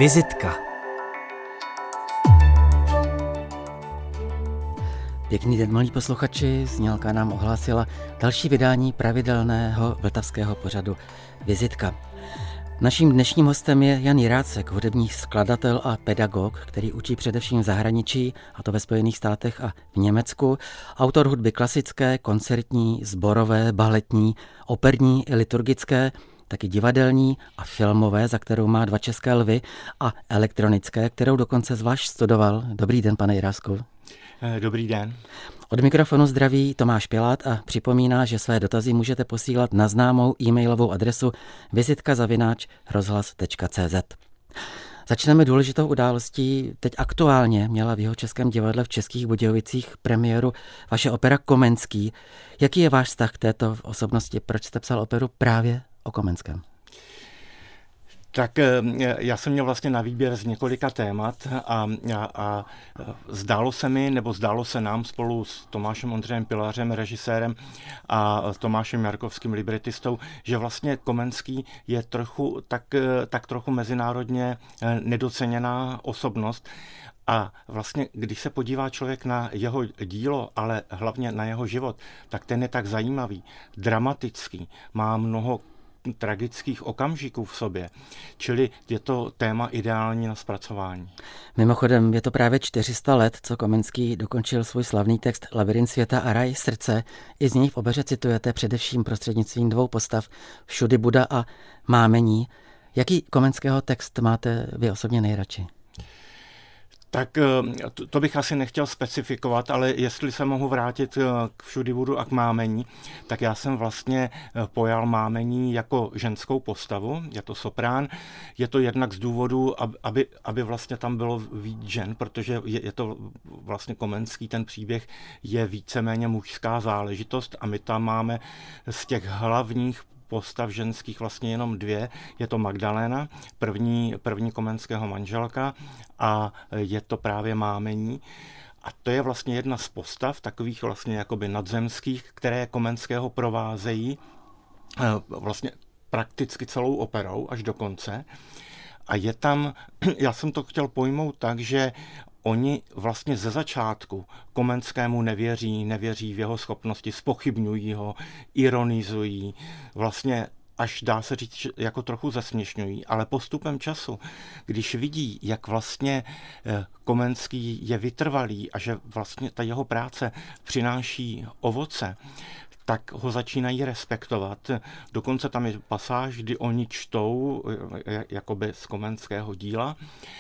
Vizitka. Pěkný den, milí posluchači, znělka nám ohlásila další vydání pravidelného vltavského pořadu Vizitka. Naším dnešním hostem je Jan Jirácek, hudební skladatel a pedagog, který učí především v zahraničí, a to ve Spojených státech a v Německu. Autor hudby klasické, koncertní, sborové, baletní, operní i liturgické, taky divadelní a filmové, za kterou má 2 české lvy, a elektronické, kterou dokonce zvlášť studoval. Dobrý den, pane Jirácku. Dobrý den. Od mikrofonu zdraví Tomáš Pilát a připomíná, že své dotazy můžete posílat na známou e-mailovou adresu vizitka@rozhlas.cz. Začneme důležitou událostí. Teď aktuálně měla v Jihočeském divadle v Českých Budějovicích premiéru vaše opera Komenský. Jaký je váš vztah k této osobnosti? Proč jste psal operu právě o Komenském? Tak já jsem měl vlastně na výběr z několika témat a zdálo se nám spolu s Tomášem Ondřejem Pilařem, režisérem, a Tomášem Jarkovským, libretistou, že vlastně Komenský je tak trochu mezinárodně nedoceněná osobnost. A vlastně, když se podívá člověk na jeho dílo, ale hlavně na jeho život, tak ten je tak zajímavý, dramatický, má mnoho tragických okamžiků v sobě. Čili je to téma ideální na zpracování. Mimochodem, je to právě 400 let, co Komenský dokončil svůj slavný text Labyrint světa a raj srdce. I z něj v opeře citujete především prostřednictvím 2 postav, Všudy Buda a Mámení. Jaký Komenského text máte vy osobně nejradši? Tak to bych asi nechtěl specifikovat, ale jestli se mohu vrátit k Všudy budu a k Mámení, tak já jsem vlastně pojal Mámení jako ženskou postavu, je to soprán, je to jednak z důvodu, aby vlastně tam bylo víc žen, protože je to vlastně Komenský, ten příběh je víceméně mužská záležitost a my tam máme z těch hlavních postav ženských vlastně jenom 2. Je to Magdaléna, první Komenského manželka, a je to právě Mámení. A to je vlastně jedna z postav, takových vlastně jakoby nadzemských, které Komenského provázejí vlastně prakticky celou operou až do konce. A je tam, já jsem to chtěl pojmout tak, že oni vlastně ze začátku Komenskému nevěří v jeho schopnosti, zpochybňují ho, ironizují, vlastně až dá se říct, jako trochu zesměšňují, ale postupem času, když vidí, jak vlastně Komenský je vytrvalý a že vlastně ta jeho práce přináší ovoce, tak ho začínají respektovat. Dokonce tam je pasáž, kdy oni čtou jakoby z Komenského díla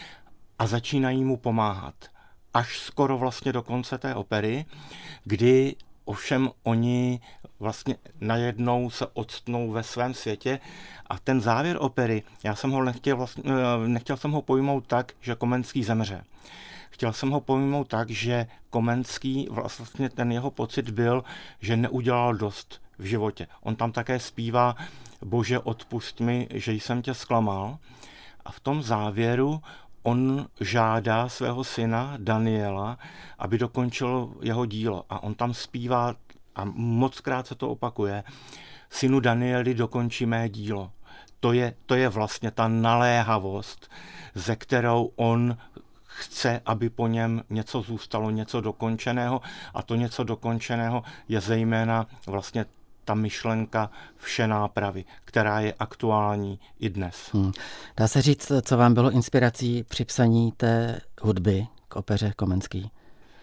a začínají mu pomáhat. Až skoro vlastně do konce té opery, kdy ovšem oni vlastně najednou se odstnou ve svém světě a ten závěr opery, já jsem ho nechtěl jsem ho pojmout tak, že Komenský zemře. Chtěl jsem ho pojmout tak, že Komenský, vlastně ten jeho pocit byl, že neudělal dost v životě. On tam také zpívá Bože, odpusť mi, že jsem tě zklamal, a v tom závěru on žádá svého syna Daniela, aby dokončil jeho dílo. A on tam zpívá, a mockrát se to opakuje, synu Danieli, dokončí mé dílo. To je vlastně ta naléhavost, ze kterou on chce, aby po něm něco zůstalo, něco dokončeného, a to něco dokončeného je zejména vlastně ta myšlenka vše nápravy, která je aktuální i dnes. Dá se říct, co vám bylo inspirací při psaní té hudby k opeře Komenský?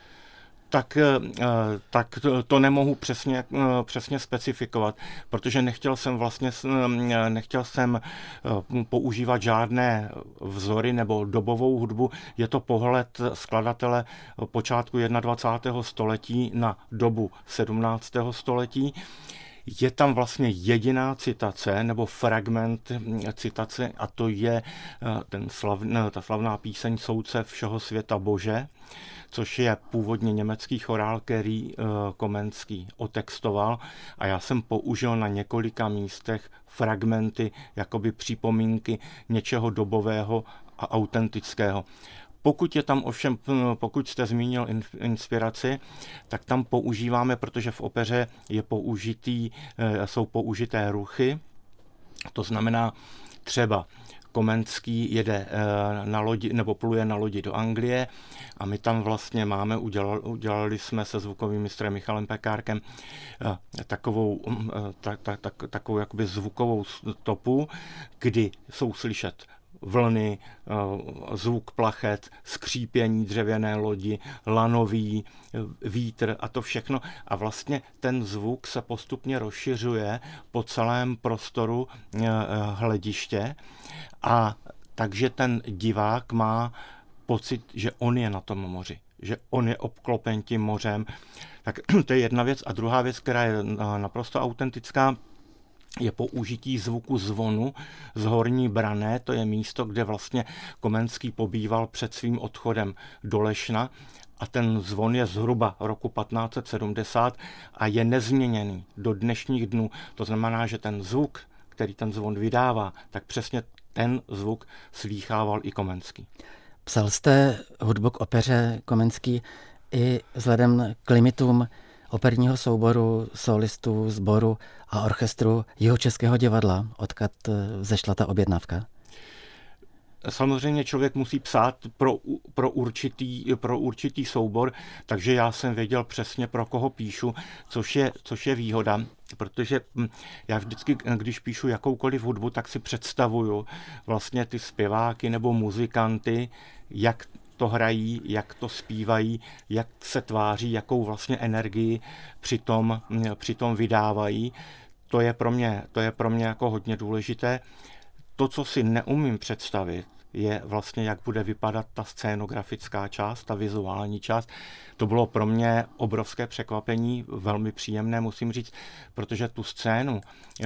Tak to nemohu přesně specifikovat, protože nechtěl jsem používat žádné vzory nebo dobovou hudbu. Je to pohled skladatele počátku 21. století na dobu 17. století. Je tam vlastně jediná citace nebo fragment citace, a to je ta slavná píseň Soudce všeho světa Bože, což je původně německý chorál, který Komenský otextoval, a já jsem použil na několika místech fragmenty, jakoby připomínky něčeho dobového a autentického. Pokud jste zmínil inspiraci, tak tam používáme, protože v opeře jsou použité ruchy, to znamená třeba Komenský jede na lodi, nebo pluje na lodi do Anglie a my tam vlastně udělali jsme se zvukovým mistrem Michalem Pekárkem takovou jakoby zvukovou stopu, kdy jsou slyšet vlny, zvuk plachet, skřípění dřevěné lodi, lanový, vítr a to všechno. A vlastně ten zvuk se postupně rozšiřuje po celém prostoru hlediště a takže ten divák má pocit, že on je na tom moři, že on je obklopen tím mořem. Tak to je jedna věc. A druhá věc, která je naprosto autentická, je použití zvuku zvonu z Horní Branné, to je místo, kde vlastně Komenský pobýval před svým odchodem do Lešna a ten zvon je zhruba roku 1570 a je nezměněný do dnešních dnů. To znamená, že ten zvuk, který ten zvon vydává, tak přesně ten zvuk slýchával i Komenský. Psal jste hudbu k opeře Komenský i vzhledem k limitům operního souboru, solistů, sboru a orchestru Jihočeského divadla, odkud vzešla ta objednávka? Samozřejmě člověk musí psát pro určitý soubor, takže já jsem věděl přesně, pro koho píšu, což je výhoda, protože já vždycky, když píšu jakoukoliv hudbu, tak si představuju vlastně ty zpěváky nebo muzikanty, jak to hrají, jak to zpívají, jak se tváří, jakou vlastně energii přitom vydávají. To je pro mě jako hodně důležité. To, co si neumím představit, je vlastně, jak bude vypadat ta scénografická část, ta vizuální část. To bylo pro mě obrovské překvapení, velmi příjemné, musím říct, protože tu scénu,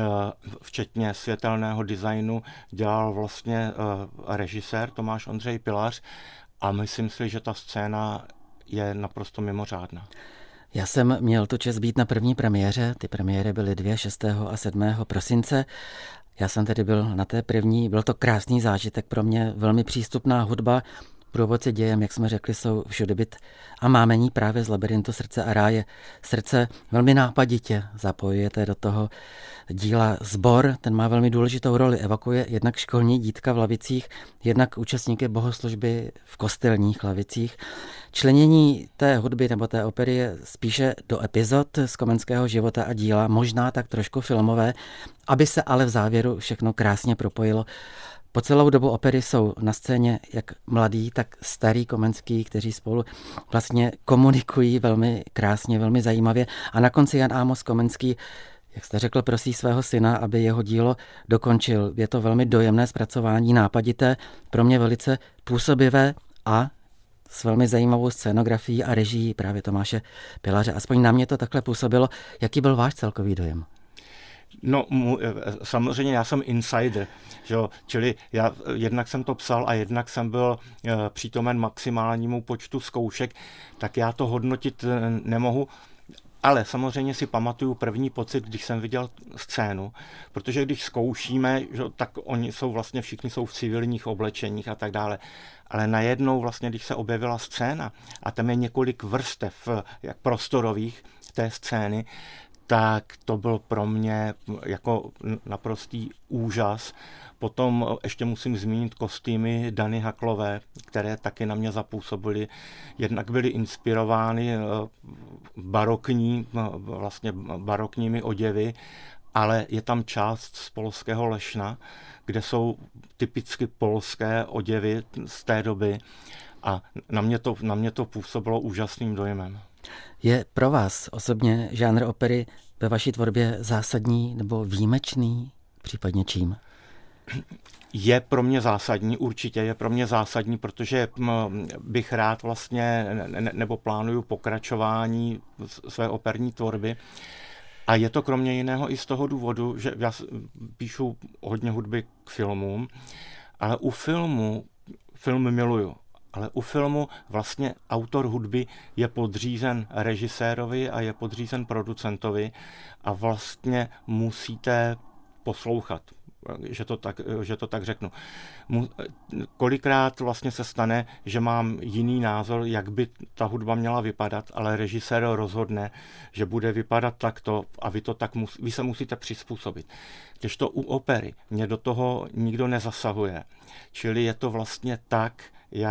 včetně světelného designu, dělal vlastně režisér Tomáš Ondřej Pilař a myslím si, že ta scéna je naprosto mimořádná. Já jsem měl tu čest být na první premiéře, ty premiéry byly 2, 6. a 7. prosince. Já jsem tedy byl na té první, byl to krásný zážitek pro mě, velmi přístupná hudba. Průvodci dějem, jak jsme řekli, jsou všude byt a mámení právě z Labyrintu srdce a ráje. Srdce velmi nápaditě zapojujete do toho díla sbor, ten má velmi důležitou roli, evakuje jednak školní dítka v lavicích, jednak účastníky bohoslužby v kostelních lavicích. Členění té hudby nebo té opery je spíše do epizod z Komenského života a díla, možná tak trošku filmové, aby se ale v závěru všechno krásně propojilo. Po celou dobu opery jsou na scéně jak mladí, tak starý Komenský, kteří spolu vlastně komunikují velmi krásně, velmi zajímavě. A na konci Jan Amos Komenský, jak jste řekl, prosí svého syna, aby jeho dílo dokončil. Je to velmi dojemné zpracování, nápadité, pro mě velice působivé a s velmi zajímavou scénografií a režií právě Tomáše Pilaře. Aspoň na mě to takhle působilo. Jaký byl váš celkový dojem? No, samozřejmě já jsem insider, že jo? Čili já jednak jsem to psal a jednak jsem byl přítomen maximálnímu počtu zkoušek, tak já to hodnotit nemohu, ale samozřejmě si pamatuju první pocit, když jsem viděl scénu, protože když zkoušíme, že, tak oni jsou vlastně všichni jsou v civilních oblečeních a tak dále, ale najednou vlastně, když se objevila scéna a tam je několik vrstev jak prostorových té scény, tak to byl pro mě jako naprostý úžas. Potom ještě musím zmínit kostýmy Dany Haklové, které taky na mě zapůsobily. Jednak byly inspirovány barokními oděvy, ale je tam část z polského Lešna, kde jsou typicky polské oděvy z té doby a na mě to působilo úžasným dojmem. Je pro vás osobně žánr opery ve vaší tvorbě zásadní nebo výjimečný, případně čím? Je pro mě zásadní, určitě je pro mě zásadní, protože bych rád vlastně, nebo plánuju pokračování své operní tvorby. A je to kromě jiného i z toho důvodu, že já píšu hodně hudby k filmům, ale u film miluju. Ale u filmu vlastně autor hudby je podřízen režisérovi a je podřízen producentovi a vlastně musíte poslouchat. že to tak řeknu. Kolikrát vlastně se stane, že mám jiný názor, jak by ta hudba měla vypadat, ale režisér rozhodne, že bude vypadat takto a vy se musíte přizpůsobit. Když to u opery mě do toho nikdo nezasahuje, čili je to vlastně tak,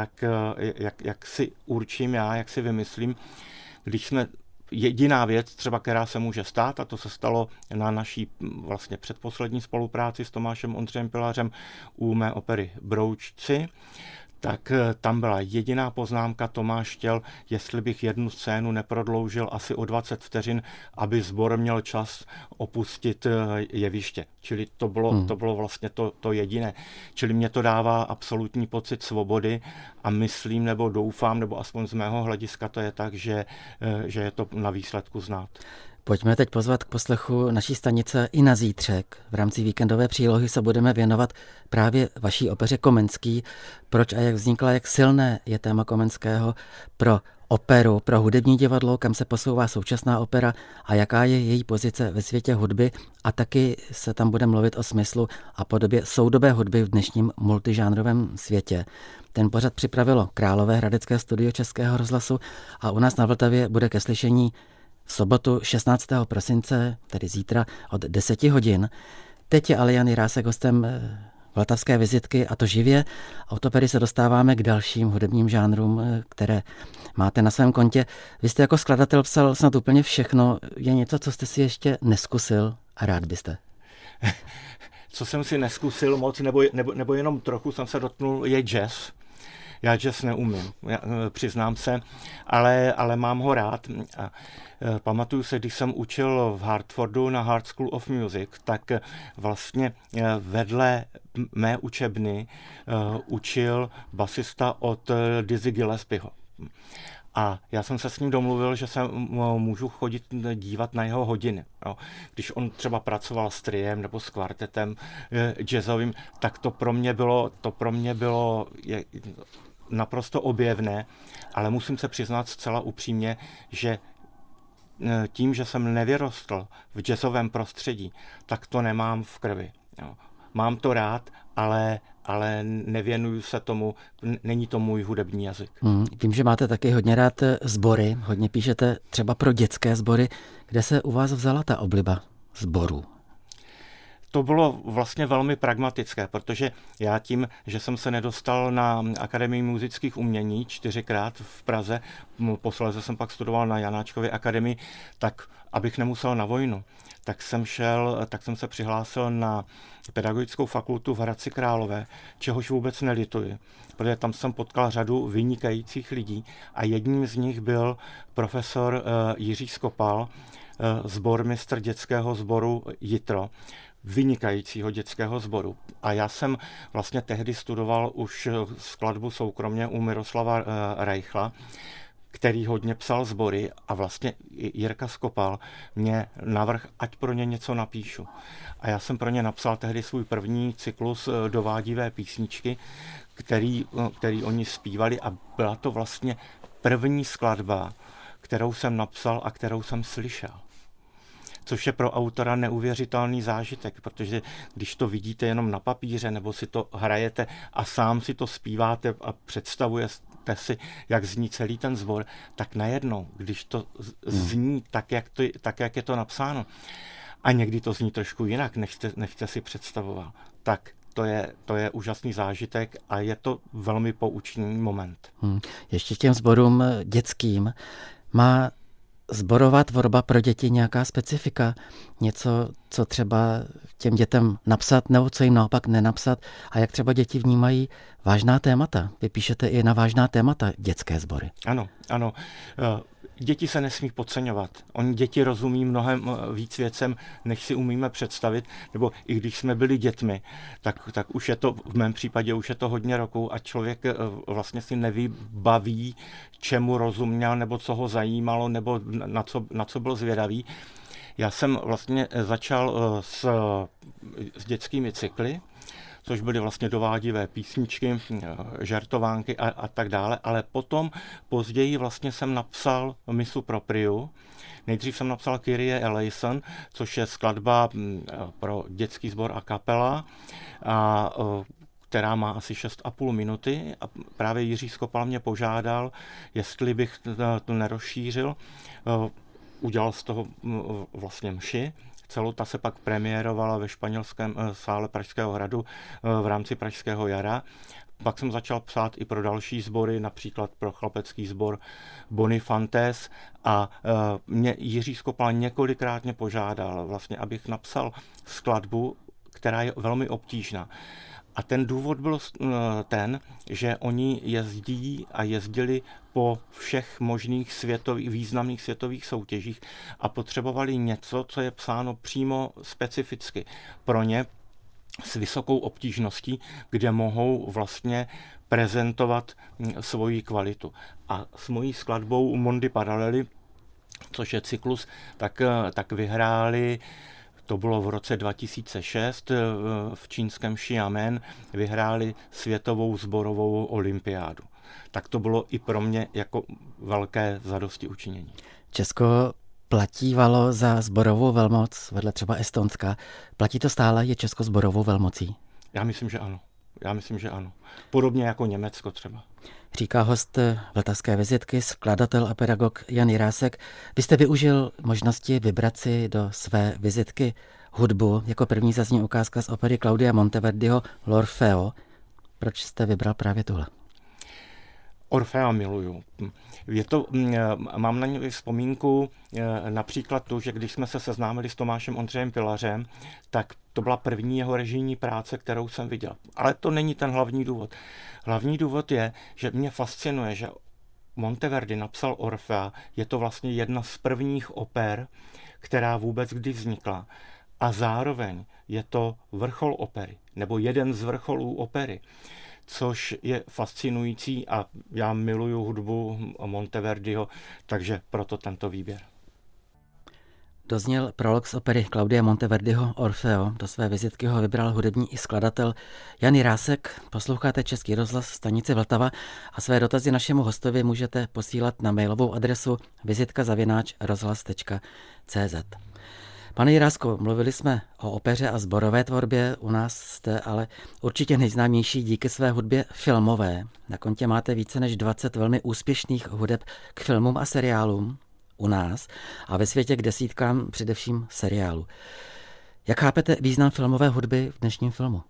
jak si určím já, jak si vymyslím, když jsme jediná věc, třeba která se může stát, a to se stalo na naší vlastně předposlední spolupráci s Tomášem Ondřejem Pilařem u mé opery Broučci, tak tam byla jediná poznámka, Tomáš chtěl, jestli bych jednu scénu neprodloužil asi o 20 vteřin, aby sbor měl čas opustit jeviště. Čili to bylo vlastně to jediné. Čili mě to dává absolutní pocit svobody a myslím, nebo doufám, nebo aspoň z mého hlediska to je tak, že je to na výsledku znát. Pojďme teď pozvat k poslechu naší stanice i na zítřek. V rámci víkendové přílohy se budeme věnovat právě vaší opeře Komenský. Proč a jak vznikla, jak silné je téma Komenského pro operu, pro hudební divadlo, kam se posouvá současná opera a jaká je její pozice ve světě hudby, a taky se tam bude mluvit o smyslu a podobě soudobé hudby v dnešním multižánrovém světě. Ten pořad připravilo Královéhradecké studio Českého rozhlasu a u nás na Vltavě bude ke slyšení v sobotu 16. prosince, tedy zítra od 10 hodin. Teď je ale Jan Jirásek hostem Vltavské vizitky, a to živě. Od opery se dostáváme k dalším hudebním žánrům, které máte na svém kontě. Vy jste jako skladatel psal snad úplně všechno. Je něco, co jste si ještě neskusil a rád byste? Co jsem si neskusil moc, nebo jenom trochu jsem se dotknul, je jazz. Já jazz neumím, přiznám se, ale mám ho rád. Pamatuju se, když jsem učil v Hartfordu na Hart School of Music, tak vlastně vedle mé učebny učil basista od Dizzy Gillespieho. A já jsem se s ním domluvil, že se můžu chodit dívat na jeho hodiny. Jo. Když on třeba pracoval s triem nebo s kvartetem jazzovým, tak to pro mě bylo naprosto objevné, ale musím se přiznat zcela upřímně, že tím, že jsem nevyrostl v jazzovém prostředí, tak to nemám v krvi. Jo. Mám to rád, ale nevěnuju se tomu, není to můj hudební jazyk. Vím, že máte taky hodně rád sbory, hodně píšete třeba pro dětské sbory. Kde se u vás vzala ta obliba sborů? To bylo vlastně velmi pragmatické, protože já tím, že jsem se nedostal na Akademii múzických umění 4krát v Praze, posléze jsem pak studoval na Janáčkově akademii, tak abych nemusel na vojnu, tak jsem se přihlásil na pedagogickou fakultu v Hradci Králové, čehož vůbec nelituji, protože tam jsem potkal řadu vynikajících lidí a jedním z nich byl profesor Jiří Skopal, sbormistr dětského sboru Jitro, vynikajícího dětského sboru. A já jsem vlastně tehdy studoval už skladbu soukromně u Miroslava Reichla, který hodně psal sbory, a vlastně Jirka Skopal mě navrhl, ať pro ně něco napíšu. A já jsem pro ně napsal tehdy svůj první cyklus Dovádivé písničky, který oni zpívali, a byla to vlastně první skladba, kterou jsem napsal a kterou jsem slyšel. Což je pro autora neuvěřitelný zážitek, protože když to vidíte jenom na papíře, nebo si to hrajete a sám si to zpíváte a představujete si, jak zní celý ten sbor, tak najednou, když to zní tak, jak je to napsáno, a někdy to zní trošku jinak, než jste si představoval, tak to je úžasný zážitek a je to velmi poučný moment. Ještě těm sborům dětským má sborová tvorba pro děti nějaká specifika? Něco, co třeba těm dětem napsat, nebo co jim naopak nenapsat? A jak třeba děti vnímají vážná témata? Vy píšete i na vážná témata dětské sbory. Ano. Děti se nesmí podceňovat. Oni děti rozumí mnohem víc věcem, než si umíme představit, nebo i když jsme byli dětmi, tak už je to, v mém případě už je to hodně roků a člověk vlastně si nevybaví, čemu rozuměl, nebo co ho zajímalo, nebo na co byl zvědavý. Já jsem vlastně začal s dětskými cykly, což byly vlastně dovádivé písničky, žertovánky a tak dále, ale potom později vlastně jsem napsal Missu Propriu. Nejdřív jsem napsal Kyrie eleison, což je skladba pro dětský sbor a kapela, která má asi 6,5 minuty a právě Jiří Skopal mě požádal, jestli bych to nerozšířil. Udělal z toho vlastně mši. Celou ta se pak premiérovala ve španělském sále Pražského hradu v rámci Pražského jara. Pak jsem začal psát i pro další sbory, například pro chlapecký sbor Bonifantes a mě Jiří Skopal několikrát mě požádal, vlastně, abych napsal skladbu, která je velmi obtížná. A ten důvod byl ten, že oni jezdili po všech možných významných světových soutěžích a potřebovali něco, co je psáno přímo specificky pro ně s vysokou obtížností, kde mohou vlastně prezentovat svoji kvalitu. A s mojí skladbou Mondi Parallely, což je cyklus, tak vyhráli. To bylo v roce 2006 v čínském Xiamen, vyhráli světovou sborovou olympiádu. Tak to bylo i pro mě jako velké zadostiučinění. Česko platívalo za sborovou velmoc vedle třeba Estonska. Platí to stále? Je Česko sborovou velmocí? Já myslím, že ano. Podobně jako Německo třeba. Říká host Vltavské vizitky, skladatel a pedagog Jan Jirásek. Vy jste využil možnosti vybrat si do své vizitky hudbu. Jako první zazní ukázka z opery Claudia Monteverdiho L'Orfeo. Proč jste vybral právě tuhle? Orfea miluju. Mám na něj vzpomínku například tu, že když jsme se seznámili s Tomášem Ondřejem Pilařem, tak to byla první jeho režijní práce, kterou jsem viděl. Ale to není ten hlavní důvod. Hlavní důvod je, že mě fascinuje, že Monteverdi napsal Orfea, je to vlastně jedna z prvních oper, která vůbec kdy vznikla. A zároveň je to vrchol opery, nebo jeden z vrcholů opery, což je fascinující a já miluju hudbu Monteverdiho, takže proto tento výběr. Dozněl prolog z opery Claudia Monteverdiho Orfeo. Do své vizitky ho vybral hudební i skladatel Jan Jirásek. Posloucháte Český rozhlas stanice Vltava a své dotazy našemu hostovi můžete posílat na mailovou adresu vizitka@rozhlas.cz. Pane Jirásko, mluvili jsme o opeře a sborové tvorbě, u nás jste ale určitě nejznámější díky své hudbě filmové. Na kontě máte více než 20 velmi úspěšných hudeb k filmům a seriálům u nás a ve světě k desítkám především seriálů. Jak chápete význam filmové hudby v dnešním filmu?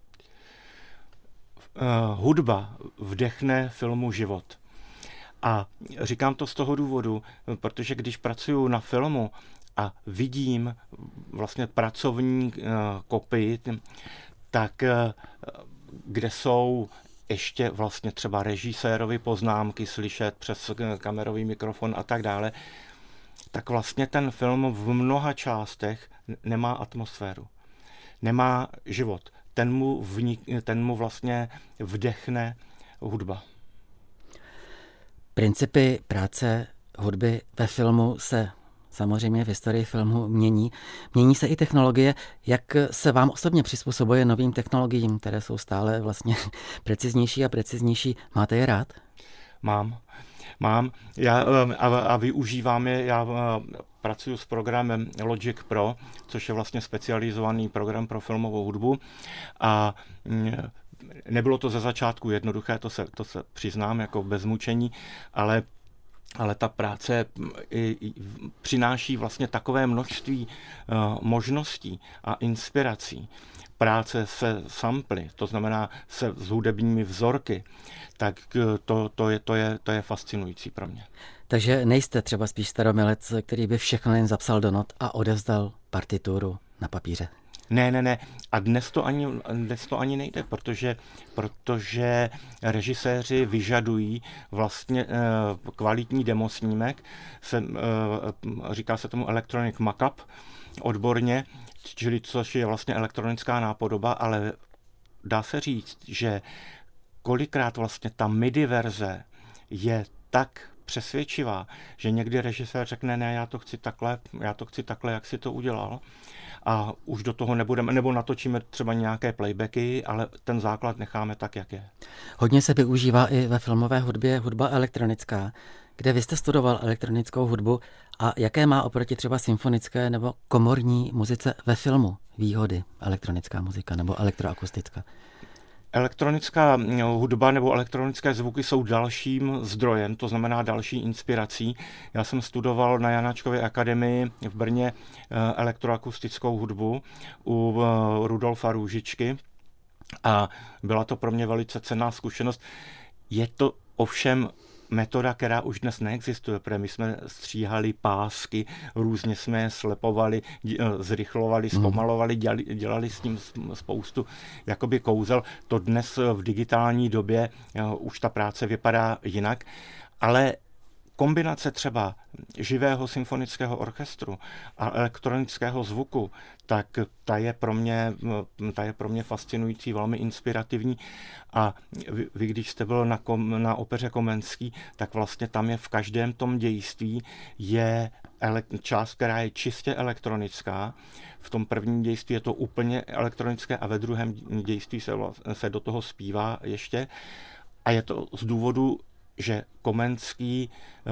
Hudba vdechne filmu život. A říkám to z toho důvodu, protože když pracuju na filmu, a vidím vlastně pracovní kopii, tak kde jsou ještě vlastně třeba režisérovi poznámky slyšet přes kamerový mikrofon a tak dále, tak vlastně ten film v mnoha částech nemá atmosféru, nemá život. Ten mu vlastně vdechne hudba. Principy práce hudby ve filmu se samozřejmě v historii filmu mění. Mění se i technologie. Jak se vám osobně přizpůsobuje novým technologiím, které jsou stále vlastně preciznější a preciznější? Máte je rád? Mám. A využívám je. Já pracuji s programem Logic Pro, což je vlastně specializovaný program pro filmovou hudbu. A nebylo to ze začátku jednoduché, to se přiznám jako bez mučení, ale ta práce přináší vlastně takové množství možností a inspirací. Práce se samply, to znamená se s hudebními vzorky, tak to je fascinující pro mě. Takže nejste třeba spíš staromilec, který by všechno jen zapsal do not a odevzdal partituru na papíře? Ne. A dnes to ani nejde, protože režiséři vyžadují vlastně kvalitní demosnímek, říká se tomu electronic mock-up odborně, čili což je vlastně elektronická nápodoba, ale dá se říct, že kolikrát vlastně ta MIDI verze je tak přesvědčivá, že někdy režisér řekne, ne, já to chci takhle, jak si to udělal. A už do toho nebudeme, nebo natočíme třeba nějaké playbacky, ale ten základ necháme tak, jak je. Hodně se využívá i ve filmové hudbě hudba elektronická, kde vy jste studoval elektronickou hudbu a jaké má oproti třeba symfonické nebo komorní muzice ve filmu výhody elektronická muzika nebo elektroakustická? Elektronická hudba nebo elektronické zvuky jsou dalším zdrojem, to znamená další inspirací. Já jsem studoval na Janáčkově akademii v Brně elektroakustickou hudbu u Rudolfa Růžičky a byla to pro mě velice cenná zkušenost. Je to ovšem metoda, která už dnes neexistuje, protože my jsme stříhali pásky, různě jsme je slepovali, zrychlovali, zpomalovali, dělali s tím spoustu jakoby kouzel. To dnes v digitální době už ta práce vypadá jinak, ale kombinace třeba živého symfonického orchestru a elektronického zvuku, tak ta je pro mě fascinující, velmi inspirativní. A vy když jste byl na opeře Komenský, tak vlastně tam je v každém tom dějství je část, která je čistě elektronická. V tom prvním dějství je to úplně elektronické a ve druhém dějství se do toho zpívá ještě. A je to z důvodu, že Komenský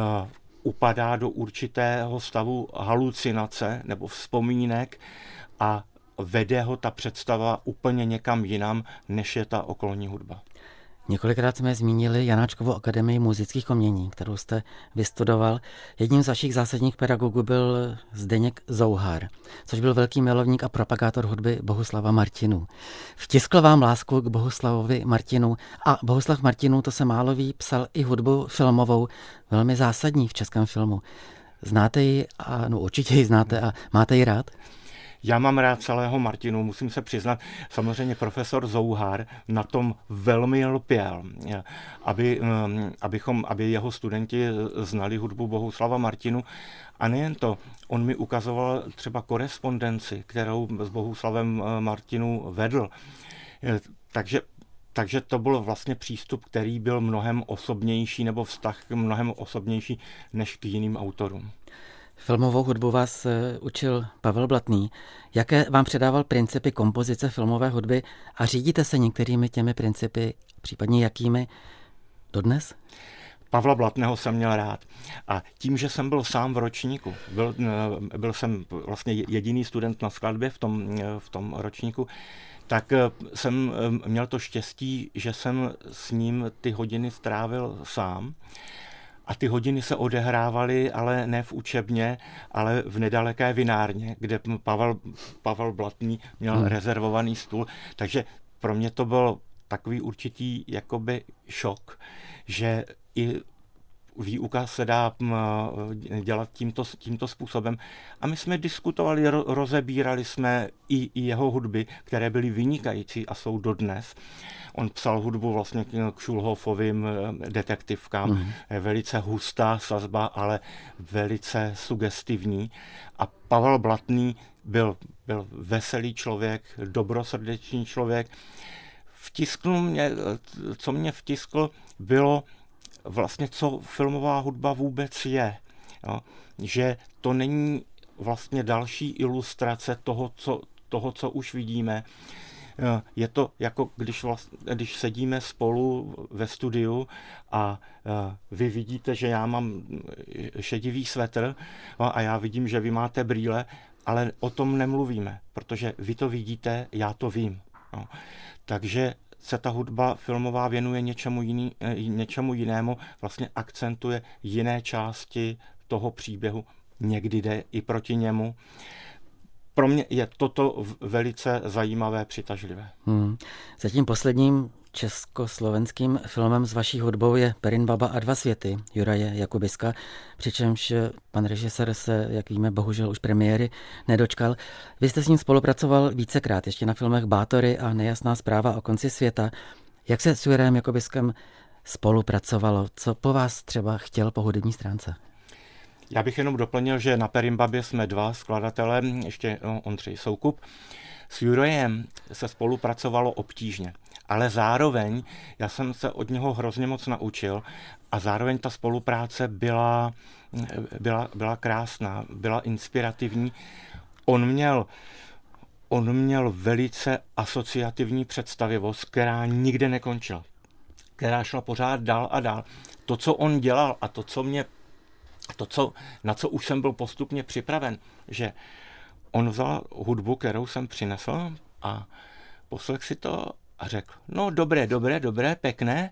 upadá do určitého stavu halucinace nebo vzpomínek a vede ho ta představa úplně někam jinam, než je ta okolní hudba. Několikrát jsme zmínili Janáčkovu akademii múzických umění, kterou jste vystudoval. Jedním z vašich zásadních pedagogů byl Zdeněk Zouhar, což byl velký milovník a propagátor hudby Bohuslava Martinů. Vtiskl vám lásku k Bohuslavovi Martinů a Bohuslav Martinů, to se málo ví, psal i hudbu filmovou, velmi zásadní v českém filmu. Znáte ji? No určitě ji znáte a máte ji rád? Já mám rád celého Martinu, musím se přiznat. Samozřejmě profesor Zouhar na tom velmi lpěl, aby jeho studenti znali hudbu Bohuslava Martinu. A nejen to, on mi ukazoval třeba korespondenci, kterou s Bohuslavem Martinů vedl. Takže to byl vlastně přístup, který byl mnohem osobnější, nebo vztah mnohem osobnější než k jiným autorům. Filmovou hudbu vás učil Pavel Blatný. Jaké vám předával principy kompozice filmové hudby a řídíte se některými těmi principy, případně jakými dodnes? Pavla Blatného jsem měl rád. A tím, že jsem byl sám v ročníku, byl jsem vlastně jediný student na skladbě v tom ročníku, tak jsem měl to štěstí, že jsem s ním ty hodiny strávil sám. A ty hodiny se odehrávaly, ale ne v učebně, ale v nedaleké vinárně, kde Pavel Blatný měl rezervovaný stůl. Takže pro mě to byl takový určitý jakoby šok, že i výuka se dá dělat tímto způsobem. A my jsme diskutovali, rozebírali jsme i jeho hudby, které byly vynikající a jsou dodnes. On psal hudbu vlastně k Schulhofovým detektivkám. Je velice hustá sazba, ale velice sugestivní. A Pavel Blatný byl veselý člověk, dobrosrdečný člověk. Co mě vtiskl, bylo vlastně, co filmová hudba vůbec je. Jo? Že to není vlastně další ilustrace toho, co už vidíme. Je to jako když sedíme spolu ve studiu a vy vidíte, že já mám šedivý svetr a já vidím, že vy máte brýle, ale o tom nemluvíme, protože vy to vidíte, já to vím. Takže se ta hudba filmová věnuje něčemu jinému, vlastně akcentuje jiné části toho příběhu, někdy jde i proti němu. Pro mě je toto velice zajímavé, přitažlivé. Zatím posledním československým filmem s vaší hudbou je Perimbaba a dva světy Juraje Jakubiska, přičemž pan režisér se, jak víme, bohužel už premiéry nedočkal. Vy jste s ním spolupracoval vícekrát, ještě na filmech Bátory a Nejasná zpráva o konci světa. Jak se s Jurajem Jakubiskem spolupracovalo? Co po vás třeba chtěl po hudební stránce? Já bych jenom doplnil, že na Perimbabě jsme dva skladatelé, ještě Ondřej Soukup. S Jurajem se spolupracovalo obtížně. ale zároveň já jsem se od něho hrozně moc naučil a zároveň ta spolupráce byla krásná, byla inspirativní. On měl velice asociativní představivost, která nikde nekončila, která šla pořád dál a dál. To, co on dělal a na co už jsem byl postupně připraven, že on vzal hudbu, kterou jsem přinesl a poslech si to a řekl, no dobré, pěkné,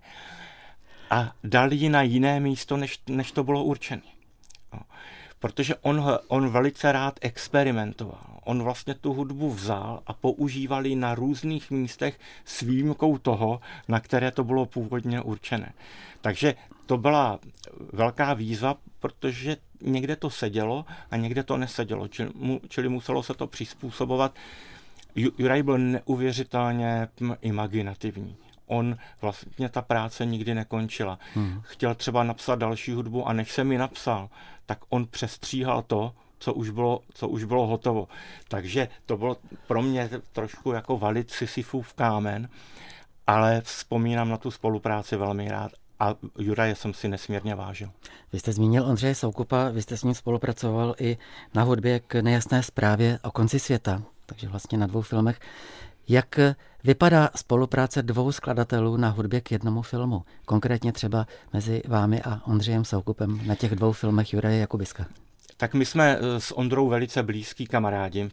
a dal ji na jiné místo, než to bylo určené. No. Protože on velice rád experimentoval. On vlastně tu hudbu vzal a používal ji na různých místech s výjimkou toho, na které to bylo původně určené. Takže to byla velká výzva, protože někde to sedělo a někde to nesedělo, čili muselo se to přizpůsobovat. Juraj byl neuvěřitelně imaginativní. On vlastně ta práce nikdy nekončila. Chtěl třeba napsat další hudbu a než jsem ji napsal, tak on přestříhal to, co už bylo hotovo. Takže to bylo pro mě trošku jako valit Sisyfův kámen, ale vzpomínám na tu spolupráci velmi rád a Juraje jsem si nesmírně vážil. Vy jste zmínil Ondřeje Soukupa, vy jste s ním spolupracoval i na hudbě k Nejasné zprávě o konci světa, takže vlastně na 2 filmech. Jak vypadá spolupráce 2 skladatelů na hudbě k jednomu filmu? Konkrétně třeba mezi vámi a Ondřejem Soukupem na těch 2 filmech Juraje Jakubiska. Tak my jsme s Ondrou velice blízký kamarádi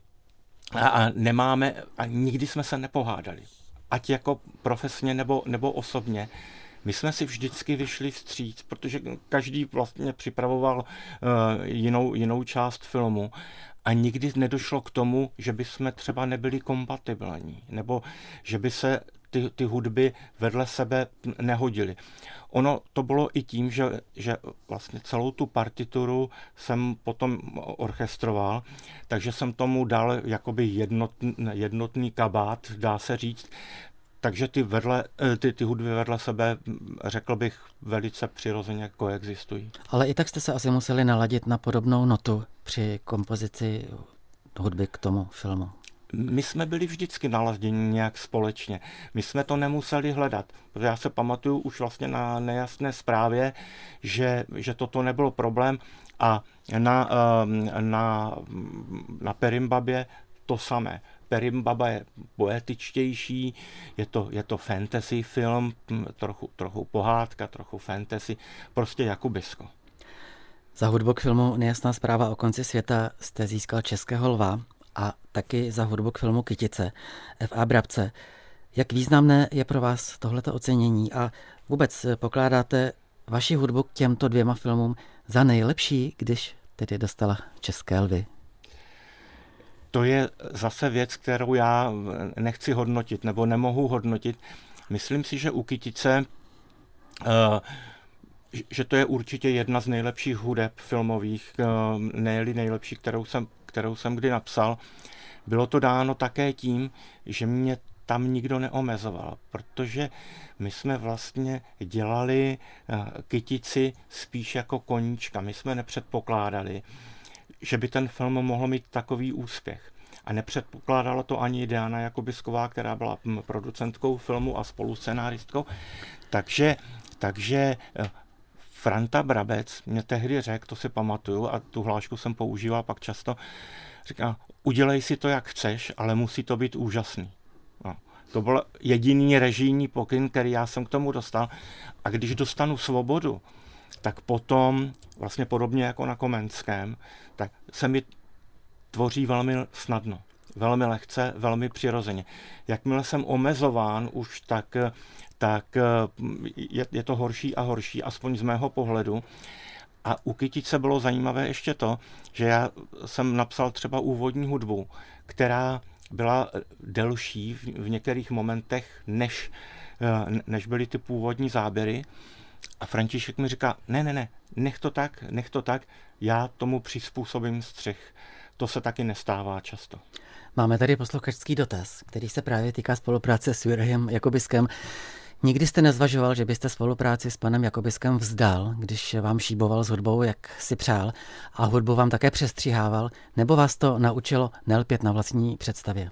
a nikdy jsme se nepohádali. Ať jako profesně nebo osobně. My jsme si vždycky vyšli vstříc, protože každý vlastně připravoval jinou část filmu a nikdy nedošlo k tomu, že by jsme třeba nebyli kompatibilní, nebo že by se ty hudby vedle sebe nehodily. Ono to bylo i tím, že vlastně celou tu partituru jsem potom orchestroval, takže jsem tomu dal jakoby jednotný kabát, dá se říct. Takže ty hudby vedle sebe, řekl bych, velice přirozeně koexistují. Ale i tak jste se asi museli naladit na podobnou notu při kompozici hudby k tomu filmu. My jsme byli vždycky naladěni nějak společně. My jsme to nemuseli hledat. Protože já se pamatuju už vlastně na Nejasné zprávě, že toto nebyl problém a na Perimbabě to samé. Perimbaba je poetičtější, je to fantasy film, trochu pohádka, trochu fantasy, prostě Jakubisko. Za hudbu k filmu Nejasná zpráva o konci světa jste získal Českého lva a taky za hudbu k filmu Kytice F.A. Brabce. Jak významné je pro vás tohleto ocenění a vůbec pokládáte vaši hudbu k těmto 2 filmům za nejlepší, když tedy dostala České lvy? To je zase věc, kterou já nechci hodnotit nebo nemohu hodnotit. Myslím si, že u Kytice, že to je určitě jedna z nejlepších hudeb filmových, ne-li nejlepší, kterou jsem kdy napsal. Bylo to dáno také tím, že mě tam nikdo neomezoval, protože my jsme vlastně dělali Kytici spíš jako koníčka. My jsme nepředpokládali, že by ten film mohl mít takový úspěch. A nepředpokládala to ani Diana Jakubisková, která byla producentkou filmu a spoluscenáristkou. Takže Franta Brabec mě tehdy řekl, to si pamatuju a tu hlášku jsem používal pak často, říká, udělej si to, jak chceš, ale musí to být úžasný. No, to byl jediný režijní pokyn, který já jsem k tomu dostal. A když dostanu svobodu, tak potom, vlastně podobně jako na Komenském, tak se mi tvoří velmi snadno, velmi lehce, velmi přirozeně. Jakmile jsem omezován už, tak je to horší a horší, aspoň z mého pohledu. A u Kytice bylo zajímavé ještě to, že já jsem napsal třeba úvodní hudbu, která byla delší v některých momentech, než byly ty původní záběry. A František mi říká, ne, nech to tak, já tomu přizpůsobím střih. To se taky nestává často. Máme tady posluchačský dotaz, který se právě týká spolupráce s Jurajem Jakubiskem. Nikdy jste nezvažoval, že byste spolupráci s panem Jakubiskem vzdal, když vám šíboval s hudbou, jak si přál, a hudbu vám také přestřihával, nebo vás to naučilo nelpět na vlastní představě?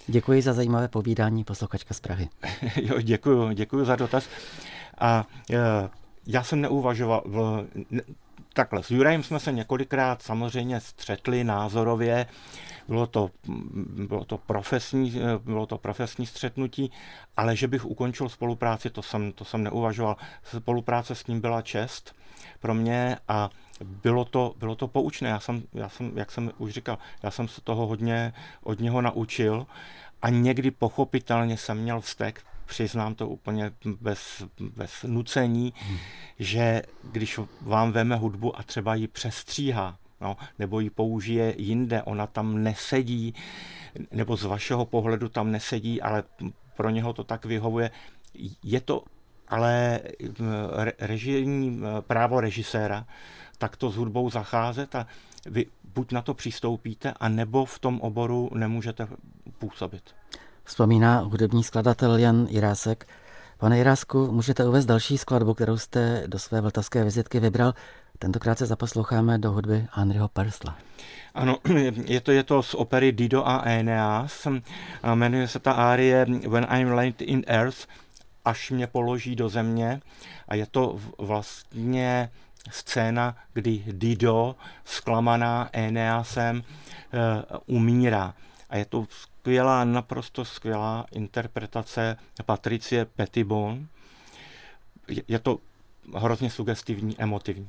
Děkuji za zajímavé povídání, posluchačka z Prahy. Jo, děkuji za dotaz. A já jsem neuvažoval, takhle, s Jurajem jsme se několikrát samozřejmě střetli názorově, bylo to profesní střetnutí, ale že bych ukončil spolupráci, to jsem neuvažoval. Spolupráce s ním byla čest pro mě a bylo to poučné. Já jsem, jak jsem už říkal, já jsem se toho hodně od něho naučil a někdy pochopitelně jsem měl vztek, přiznám to úplně bez nucení, že když vám veme hudbu a třeba ji přestříhá, nebo ji použije jinde, ona tam nesedí, nebo z vašeho pohledu tam nesedí, ale pro něho to tak vyhovuje. Je to ale režijní právo režiséra takto s hudbou zacházet a vy buď na to přistoupíte, anebo v tom oboru nemůžete působit. Vzpomíná hudební skladatel Jan Jirásek. Pane Jirásku, můžete uvést další skladbu, kterou jste do své vltavské vizitky vybral? Tentokrát se zaposloucháme do hudby Henryho Purcella. Ano, je to z opery Dido a Aeneas. Jmenuje se ta árie When I'm Laid in Earth, až mě položí do země. A je to vlastně scéna, kdy Dido, zklamaná Aeneasem, umírá. A je to naprosto skvělá interpretace Patricie Pettibone. Je to hrozně sugestivní, emotivní.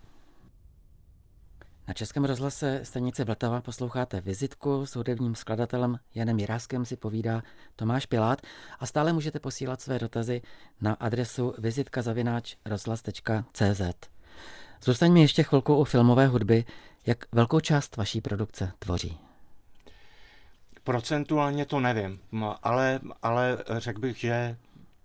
Na Českém rozhlase stanice Vltava posloucháte vizitku s hudebním skladatelem Janem Jiráskem, si povídá Tomáš Pilát a stále můžete posílat své dotazy na adresu vizitka@rozhlas.cz. Zůstaňme ještě chvilku u filmové hudby. Jak velkou část vaší produkce tvoří? Procentuálně to nevím, ale řekl bych, že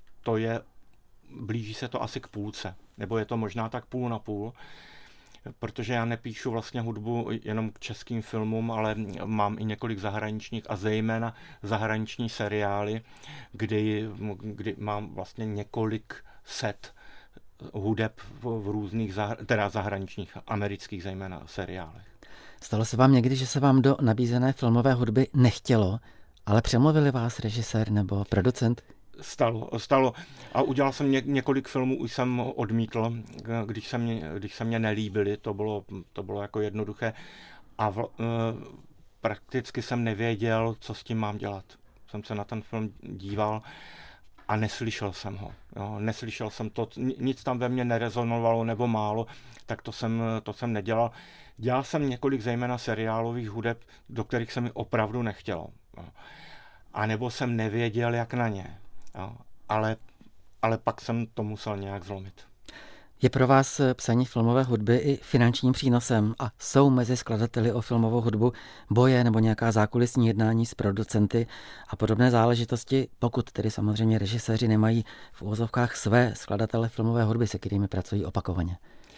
blíží se to asi k půlce, nebo je to možná tak půl na půl, protože já nepíšu vlastně hudbu jenom k českým filmům, ale mám i několik zahraničních a zejména zahraniční seriály, kdy mám vlastně několik set hudeb v různých zahraničních, amerických zejména seriálech. Stalo se vám někdy, že se vám do nabízené filmové hudby nechtělo, ale přemluvili vás režisér nebo producent? Stalo. A udělal jsem několik filmů, už jsem odmítl, když se mě nelíbily, to bylo jako jednoduché. A prakticky jsem nevěděl, co s tím mám dělat. Jsem se na ten film díval a neslyšel jsem ho. Jo. Neslyšel jsem to, nic tam ve mně nerezonovalo nebo málo, tak to jsem nedělal. Dělal jsem několik zejména seriálových hudeb, do kterých se mi opravdu nechtělo. Jo. A nebo jsem nevěděl, jak na ně. Jo. Ale pak jsem to musel nějak zlomit. Je pro vás psaní filmové hudby i finančním přínosem a jsou mezi skladateli o filmovou hudbu boje nebo nějaká zákulisní jednání s producenty a podobné záležitosti, pokud tedy samozřejmě režiséři nemají v uvozovkách své skladatele filmové hudby, se kterými pracují opakovaně?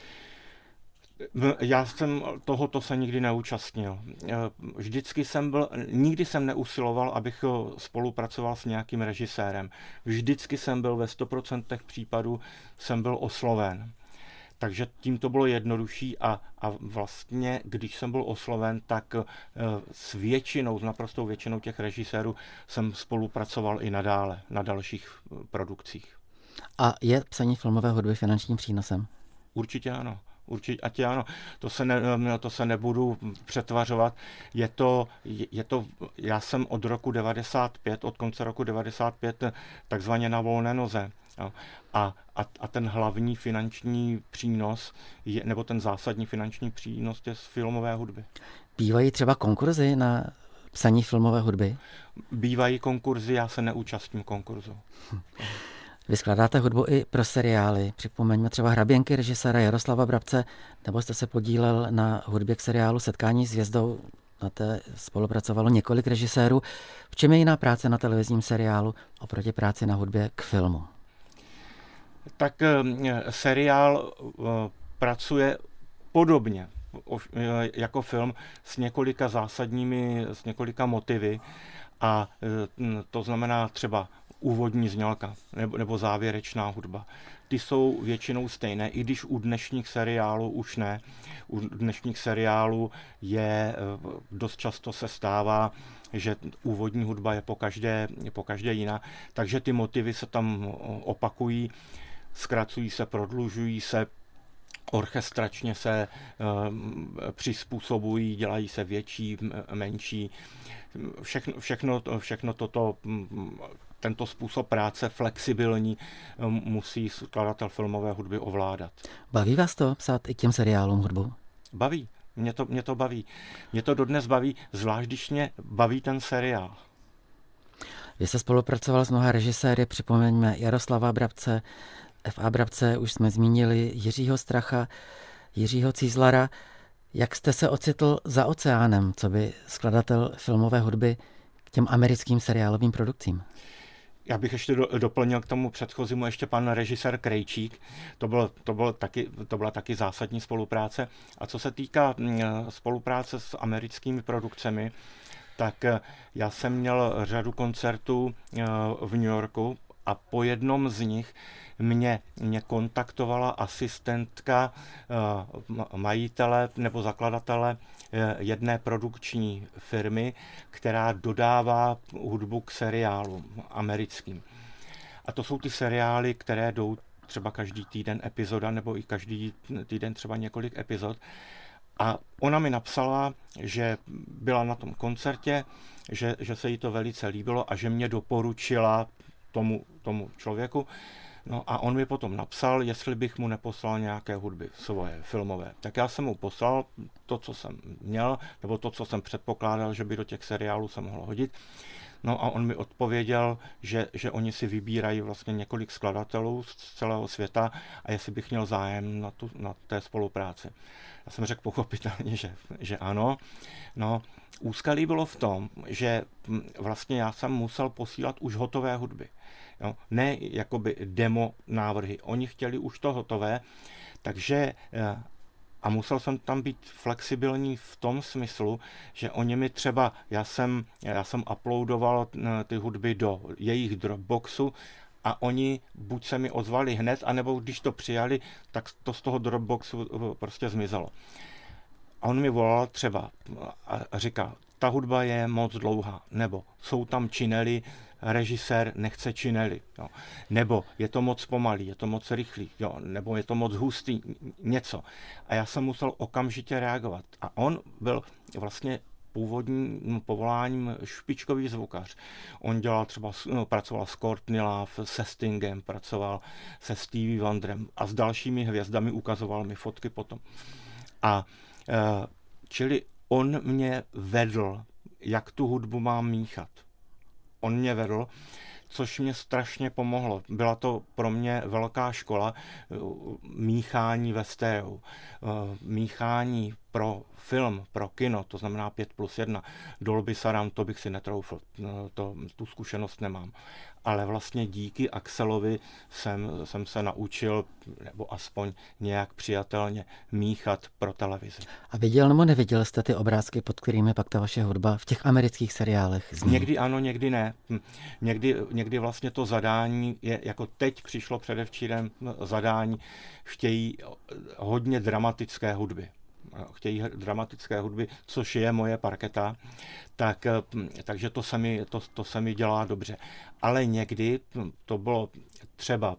Já jsem tohoto se nikdy neúčastnil. Nikdy jsem neusiloval, abych spolupracoval s nějakým režisérem. Vždycky jsem byl ve 100% případů jsem byl osloven. Takže tím to bylo jednodušší a vlastně, když jsem byl osloven, tak s naprostou většinou těch režisérů jsem spolupracoval i nadále na dalších produkcích. A je psaní filmové hudby finančním přínosem? Určitě ano. Určitě ano, to se nebudu přetvařovat. Já jsem od konce roku 95 takzvaně na volné noze. Jo. A ten hlavní finanční přínos, nebo ten zásadní finanční přínos je z filmové hudby. Bývají třeba konkurzy na psaní filmové hudby? Bývají konkurzy, já se neúčastním konkurzu. Vy skládáte hudbu i pro seriály. Připomeňme třeba Hraběnky režiséra Jaroslava Brabce, nebo jste se podílel na hudbě k seriálu Setkání s hvězdou. Na té spolupracovalo několik režisérů. V čem je jiná práce na televizním seriálu oproti práci na hudbě k filmu? Tak seriál pracuje podobně jako film s několika motivy a to znamená třeba úvodní znělka nebo závěrečná hudba. Ty jsou většinou stejné, i když u dnešních seriálů už ne. U dnešních seriálů dost často se stává, že úvodní hudba je po každé jiná, takže ty motivy se tam opakují, zkracují se, prodlužují se, orchestračně se přizpůsobují, dělají se větší, menší. Všechno toto, tento způsob práce flexibilní musí skladatel filmové hudby ovládat. Baví vás to psát i k těm seriálům hudbu? Baví. Mě to baví. Mě to dodnes baví, zvlášť když mě baví ten seriál. Vy jste spolupracoval s mnoha režiséry, připomeňme Jaroslava Brabce, F.A. Brabce, už jsme zmínili Jiřího Stracha, Jiřího Cízlara. Jak jste se ocitl za oceánem, co by skladatel filmové hudby k těm americkým seriálovým produkcím? Já bych ještě doplnil k tomu předchozímu ještě pan režisér Krejčík. To byla taky zásadní spolupráce. A co se týká spolupráce s americkými produkcemi, tak já jsem měl řadu koncertů v New Yorku a po jednom z nich mě kontaktovala asistentka majitele nebo zakladatele jedné produkční firmy, která dodává hudbu k seriálům americkým. A to jsou ty seriály, které jdou třeba každý týden epizoda nebo i každý týden třeba několik epizod. A ona mi napsala, že byla na tom koncertě, že se jí to velice líbilo a že mě doporučila tomu člověku. No a on mi potom napsal, jestli bych mu neposlal nějaké hudby svoje, filmové. Tak já jsem mu poslal to, co jsem měl, nebo to, co jsem předpokládal, že by do těch seriálů se mohlo hodit. No a on mi odpověděl, že oni si vybírají vlastně několik skladatelů z celého světa a jestli bych měl zájem na té spolupráci. Já jsem řekl pochopitelně, že ano. No, úskalí bylo v tom, že vlastně já jsem musel posílat už hotové hudby. Jo? Ne jakoby demo návrhy. Oni chtěli už to hotové, takže a musel jsem tam být flexibilní v tom smyslu, že oni mi třeba, já jsem uploadoval ty hudby do jejich Dropboxu a oni buď se mi ozvali hned, anebo když to přijali, tak to z toho Dropboxu prostě zmizelo. A on mi volal třeba a říkal, ta hudba je moc dlouhá, nebo jsou tam činely, režisér nechce činely, jo. Nebo je to moc pomalý, je to moc rychlý, jo. Nebo je to moc hustý, něco. A já jsem musel okamžitě reagovat. A on byl vlastně původním povoláním špičkový zvukař. On dělal pracoval s Courtney Love, se Stingem, pracoval se Stevie Wonderem a s dalšími hvězdami, ukazoval mi fotky potom. A čili on mě vedl, jak tu hudbu mám míchat. On mě vedl, což mě strašně pomohlo. Byla to pro mě velká škola míchání ve stereo. Míchání pro film, pro kino, to znamená 5+1. Dolby Surround, to bych si netroufl, tu zkušenost nemám. Ale vlastně díky Axelovi jsem se naučil, nebo aspoň nějak přijatelně míchat pro televizi. A viděl nebo neviděl jste ty obrázky, pod kterými pak ta vaše hudba v těch amerických seriálech zní? Někdy ano, někdy ne. Někdy vlastně to zadání je, jako teď přišlo předevčírem zadání, chtějí hodně dramatické hudby. Chtějí dramatické hudby, což je moje parketa, takže to se mi dělá dobře. Ale někdy to bylo třeba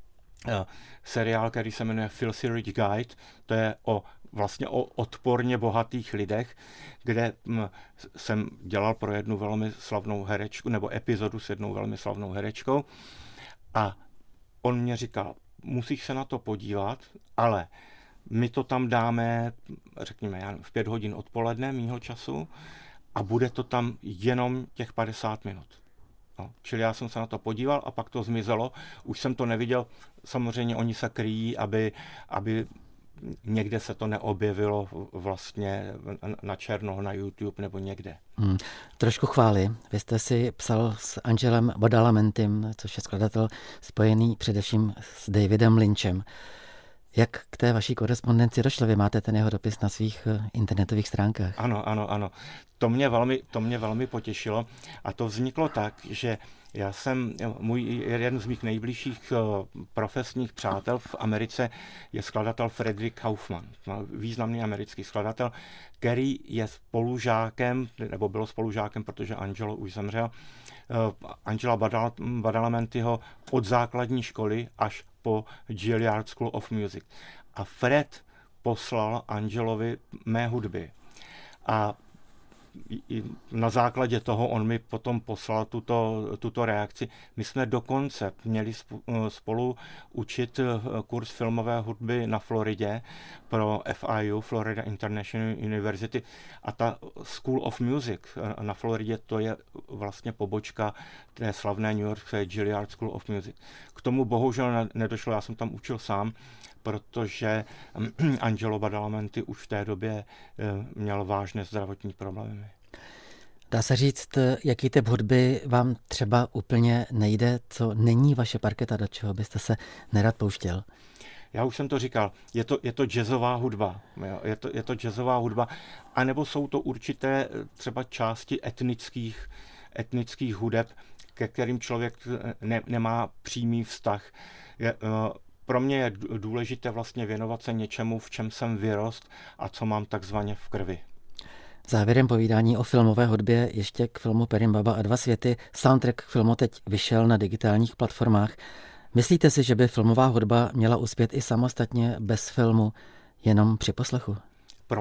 seriál, který se jmenuje Filthy Rich Guide, to je vlastně o odporně bohatých lidech, kde jsem dělal pro jednu velmi slavnou herečku, nebo epizodu s jednou velmi slavnou herečkou a on mě říkal, musíš se na to podívat, ale my to tam dáme, řekněme, v 5 hodin odpoledne mýho času a bude to tam jenom těch 50 minut. No, čili já jsem se na to podíval a pak to zmizelo. Už jsem to neviděl. Samozřejmě oni se kryjí, aby někde se to neobjevilo vlastně na černo, na YouTube nebo někde. Trošku chvály. Vy jste si psal s Angelem Badalamentem, což je skladatel spojený především s Davidem Lynchem. Jak k té vaší korespondenci došlo? Vy máte ten jeho dopis na svých internetových stránkách. Ano. To mě velmi potěšilo a to vzniklo tak, že Jeden z mých nejbližších profesních přátel v Americe je skladatel Frederick Kaufman, významný americký skladatel, který je spolužákem, nebo byl spolužákem, protože Angelo už zemřel, Angela Badalamentiho od základní školy až po Juilliard School of Music. A Fred poslal Angelovi mé hudby. A na základě toho on mi potom poslal tuto reakci. My jsme dokonce měli spolu učit kurz filmové hudby na Floridě pro FIU, Florida International University, a ta School of Music na Floridě, to je vlastně pobočka té slavné New Yorkské Juilliard School of Music. K tomu bohužel nedošlo, já jsem tam učil sám, protože Angelo Badalamenti už v té době měl vážné zdravotní problémy. Dá se říct, jaký typ hudby vám třeba úplně nejde, co není vaše parketa, do čeho byste se nerad pouštěl? Já už jsem to říkal, je to jazzová hudba. Je to jazzová hudba, anebo jsou to určité třeba části etnických hudeb, ke kterým člověk nemá přímý vztah. Pro mě je důležité vlastně věnovat se něčemu, v čem jsem vyrost a co mám takzvaně v krvi. Závěrem povídání o filmové hudbě ještě k filmu Perimbaba a dva světy. Soundtrack k filmu teď vyšel na digitálních platformách. Myslíte si, že by filmová hudba měla uspět i samostatně bez filmu, jenom při poslechu? Pro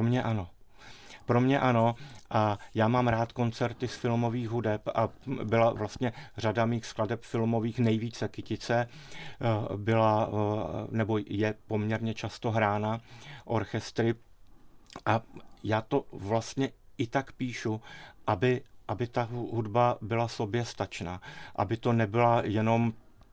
mě ano a já mám rád koncerty z filmových hudeb a byla vlastně řada mých skladeb filmových, nejvíce Kytice, byla nebo je poměrně často hrána orchestry a já to vlastně i tak píšu, aby ta hudba byla soběstačná, aby to nebyla jenom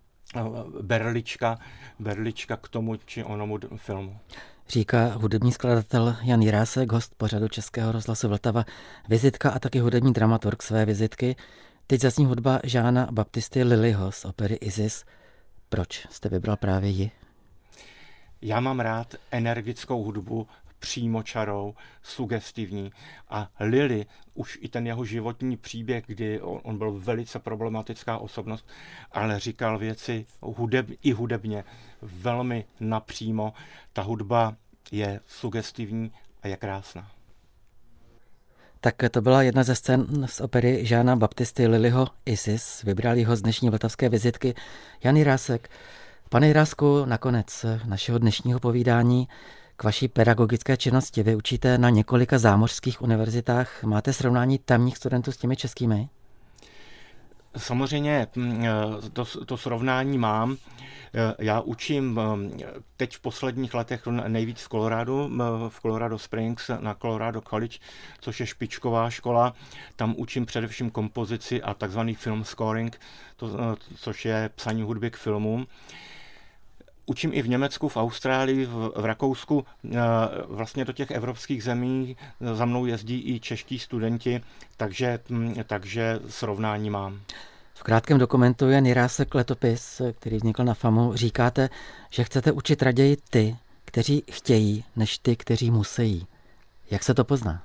berlička k tomu či onomu filmu. Říká hudební skladatel Jan Jirásek, host pořadu Českého rozhlasu Vltava, vizitka a taky hudební dramaturg své vizitky. Teď zazní hudba Jeana Baptisty Lillyho z opery Isis. Proč jste vybral právě ji? Já mám rád energickou hudbu, přímočarou, sugestivní a Lilly, už i ten jeho životní příběh, kdy on byl velice problematická osobnost, ale říkal věci i hudebně velmi napřímo. Ta hudba je sugestivní a je krásná. Tak to byla jedna ze scén z opery Jeana Baptisty Lillyho Isis. Vybral ho z dnešní vltavské vizitky Jan Jirásek. Pane Jirásku, nakonec našeho dnešního povídání k vaší pedagogické činnosti. Vy učíte na několika zámořských univerzitách. Máte srovnání tamních studentů s těmi českými? Samozřejmě to srovnání mám. Já učím teď v posledních letech nejvíc v Colorado Springs na Colorado College, což je špičková škola. Tam učím především kompozici a takzvaný film scoring, což je psaní hudby k filmům. Učím i v Německu, v Austrálii, v Rakousku. Vlastně do těch evropských zemí za mnou jezdí i čeští studenti, takže srovnání mám. V krátkém dokumentu Jan Jirásek letopis, který vznikl na FAMu, říkáte, že chcete učit raději ty, kteří chtějí, než ty, kteří musí. Jak se to pozná?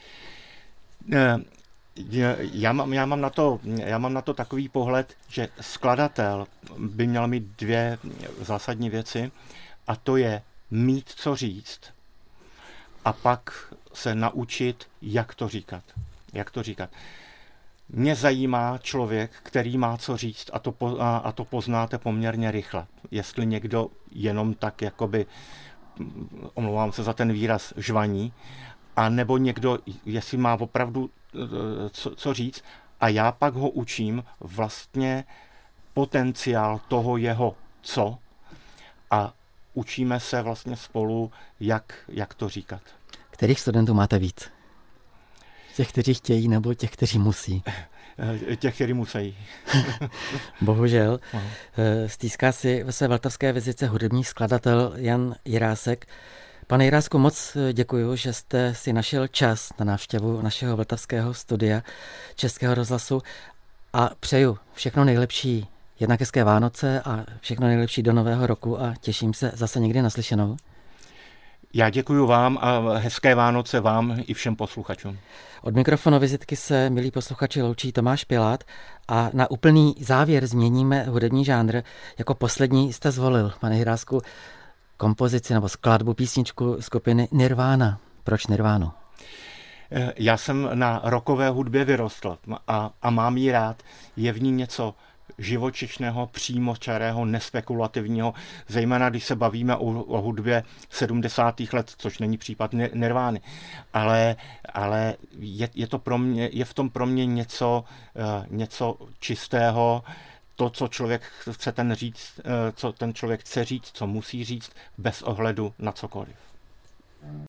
Já mám na to takový pohled, že skladatel by měl mít dvě zásadní věci, a to je mít co říct a pak se naučit, jak to říkat. Mě zajímá člověk, který má co říct, a to poznáte poměrně rychle. Jestli někdo jenom tak jakoby, omlouvám se za ten výraz, žvaní, a nebo někdo, jestli má opravdu co říct, a já pak ho učím vlastně potenciál toho jeho co a učíme se vlastně spolu, jak to říkat. Kterých studentů máte víc? Těch, kteří chtějí, nebo těch, kteří musí? Těch, kteří musí. Bohužel. Stýská si ve své vltavské vizice hudební skladatel Jan Jirásek. Pane Jirásku, moc děkuji, že jste si našel čas na návštěvu našeho vltavského studia Českého rozhlasu a přeju všechno nejlepší, jednak hezké Vánoce a všechno nejlepší do nového roku a těším se zase někdy naslyšenou. Já děkuji vám a hezké Vánoce vám i všem posluchačům. Od mikrofonu Vizitky se, milí posluchači, loučí Tomáš Pilát a na úplný závěr změníme hudební žánr. Jako poslední jste zvolil, pane Jirásku, kompozici nebo skladbu, písničku skupiny Nirvana. Proč Nirvánu? Já jsem na rockové hudbě vyrostl a mám ji rád. Je v ní něco živočišného, přímočarého, nespekulativního, zejména když se bavíme o hudbě 70. let, což není případ Nirvány. Ale je v tom pro mě něco čistého, to, co ten člověk chce říct, co musí říct, bez ohledu na cokoliv.